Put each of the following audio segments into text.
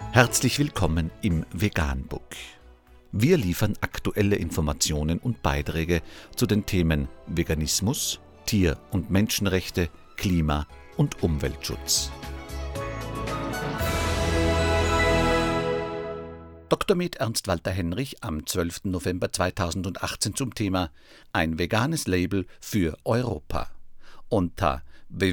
Herzlich willkommen im Veganbook. Wir liefern aktuelle Informationen und Beiträge zu den Themen Veganismus, Tier- und Menschenrechte, Klima- und Umweltschutz. Dr. med. Ernst Walter Henrich am 12. November 2018 zum Thema Ein veganes Label für Europa. Unter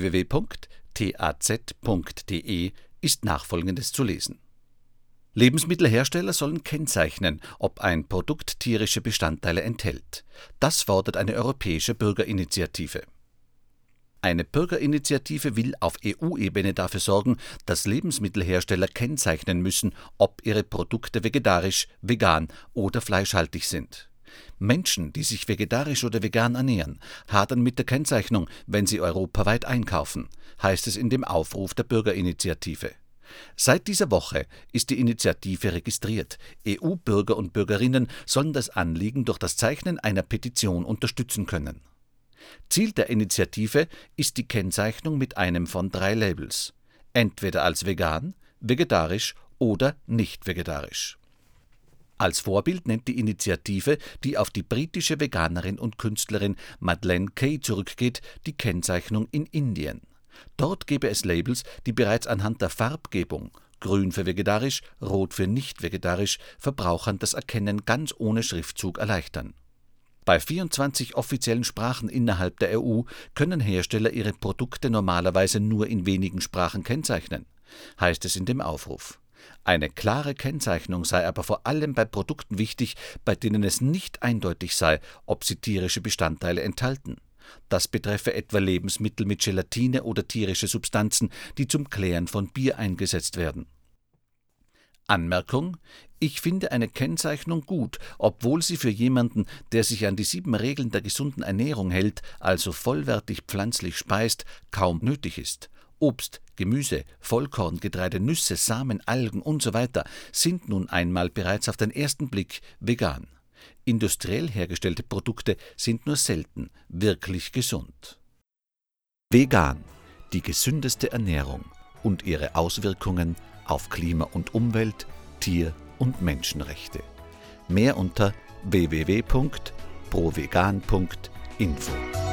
www.taz.de ist Nachfolgendes zu lesen. Lebensmittelhersteller sollen kennzeichnen, ob ein Produkt tierische Bestandteile enthält. Das fordert eine europäische Bürgerinitiative. Eine Bürgerinitiative will auf EU-Ebene dafür sorgen, dass Lebensmittelhersteller kennzeichnen müssen, ob ihre Produkte vegetarisch, vegan oder fleischhaltig sind. Menschen, die sich vegetarisch oder vegan ernähren, hadern mit der Kennzeichnung, wenn sie europaweit einkaufen, heißt es in dem Aufruf der Bürgerinitiative. Seit dieser Woche ist die Initiative registriert. EU-Bürger und Bürgerinnen sollen das Anliegen durch das Zeichnen einer Petition unterstützen können. Ziel der Initiative ist die Kennzeichnung mit einem von 3 Labels, entweder als vegan, vegetarisch oder nicht vegetarisch. Als Vorbild nennt die Initiative, die auf die britische Veganerin und Künstlerin Madeleine Kay zurückgeht, die Kennzeichnung in Indien. Dort gebe es Labels, die bereits anhand der Farbgebung grün für vegetarisch, rot für nicht vegetarisch Verbrauchern das Erkennen ganz ohne Schriftzug erleichtern. Bei 24 offiziellen Sprachen innerhalb der EU können Hersteller ihre Produkte normalerweise nur in wenigen Sprachen kennzeichnen, heißt es in dem Aufruf. Eine klare Kennzeichnung sei aber vor allem bei Produkten wichtig, bei denen es nicht eindeutig sei, ob sie tierische Bestandteile enthalten. Das betreffe etwa Lebensmittel mit Gelatine oder tierische Substanzen, die zum Klären von Bier eingesetzt werden. Anmerkung: Ich finde eine Kennzeichnung gut, obwohl sie für jemanden, der sich an die 7 Regeln der gesunden Ernährung hält, also vollwertig pflanzlich speist, kaum nötig ist. Obst, Gemüse, Vollkorngetreide, Nüsse, Samen, Algen usw. sind nun einmal bereits auf den ersten Blick vegan. Industriell hergestellte Produkte sind nur selten wirklich gesund. Vegan, die gesündeste Ernährung und ihre Auswirkungen auf Klima und Umwelt, Tier- und Menschenrechte. Mehr unter www.provegan.info.